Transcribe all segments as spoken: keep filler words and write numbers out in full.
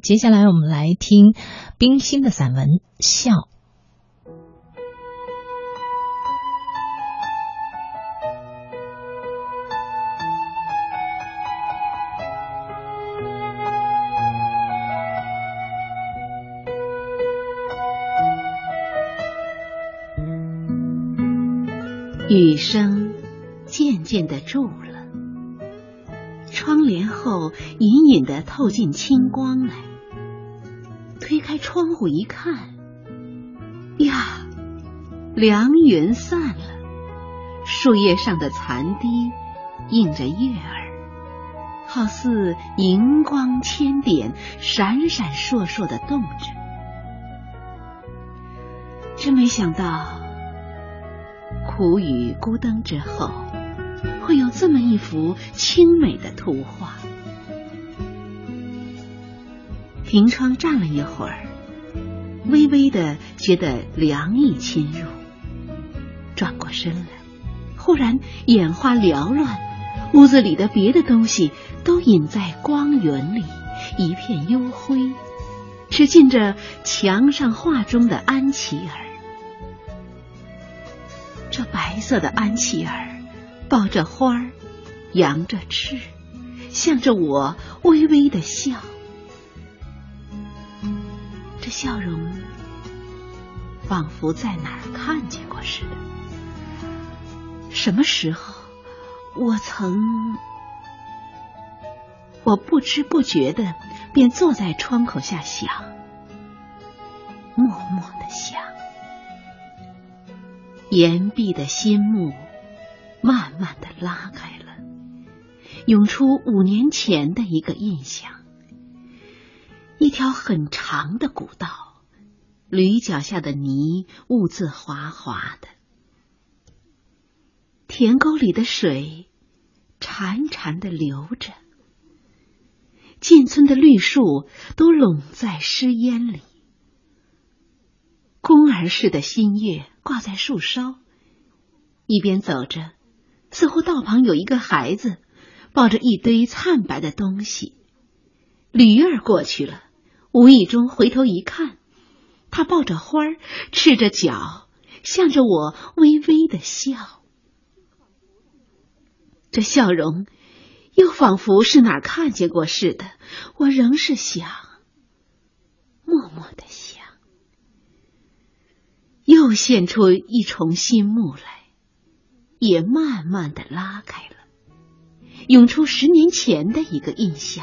接下来我们来听冰心的散文《笑》。 雨声渐渐地住了，窗帘后隐隐地透进清光来。推开窗户一看，呀，凉云散了，树叶上的残滴映着月儿，好似银光千点，闪闪烁烁地动着。真没想到苦雨孤灯之后，会有这么一幅清美的图画。凭窗站了一会儿，微微的觉得凉意侵入，转过身来，忽然眼花缭乱，屋子里的别的东西都隐在光云里，一片幽灰，只见着墙上画中的安琪儿。这白色的安琪儿抱着花儿，扬着翅，向着我微微的笑。这笑容仿佛在哪儿看见过似的。什么时候我曾……我不知不觉的便坐在窗口下想，默默的想。岩壁的心幕慢慢的拉开了，涌出五年前的一个印象。一条很长的古道，驴脚下的泥兀自滑滑的，田沟里的水潺潺的流着，进村的绿树都拢在湿烟里。宫儿似的新月挂在树梢，一边走着，似乎道旁有一个孩子抱着一堆灿白的东西。驴儿过去了，无意中回头一看，他抱着花儿，赤着脚，向着我微微的笑。这笑容又仿佛是哪儿看见过似的，我仍是想，默默的想。又现出一重新幕来，也慢慢的拉开了，涌出十年前的一个印象。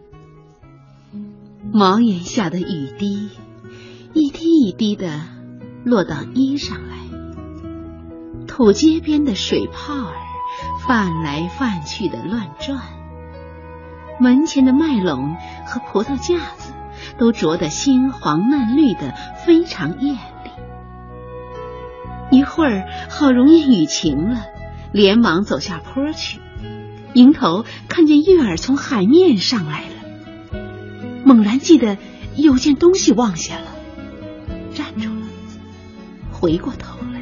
茅檐下的雨滴，一滴一滴的落到衣上来，土街边的水泡儿泛来泛去的乱转，门前的麦垄和葡萄架子都着得新黄嫩绿的非常艳丽。一会儿好容易雨晴了，连忙走下坡去，迎头看见月儿从海面上来了，猛然记得有件东西忘下了，站住了，回过头来。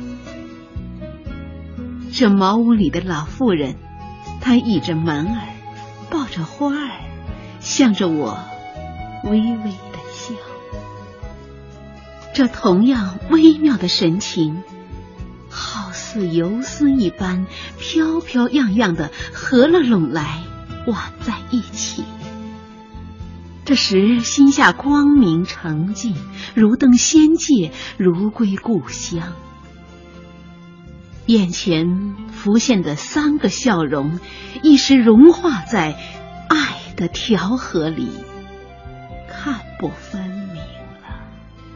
这茅屋里的老妇人，她倚着门儿，抱着花儿，向着我微微的笑。这同样微妙的神情，好似游丝一般，飘飘漾漾的合了拢来，挽在一起。这时心下光明澄净，如登仙界，如归故乡。眼前浮现的三个笑容，一时融化在爱的调和里，看不分。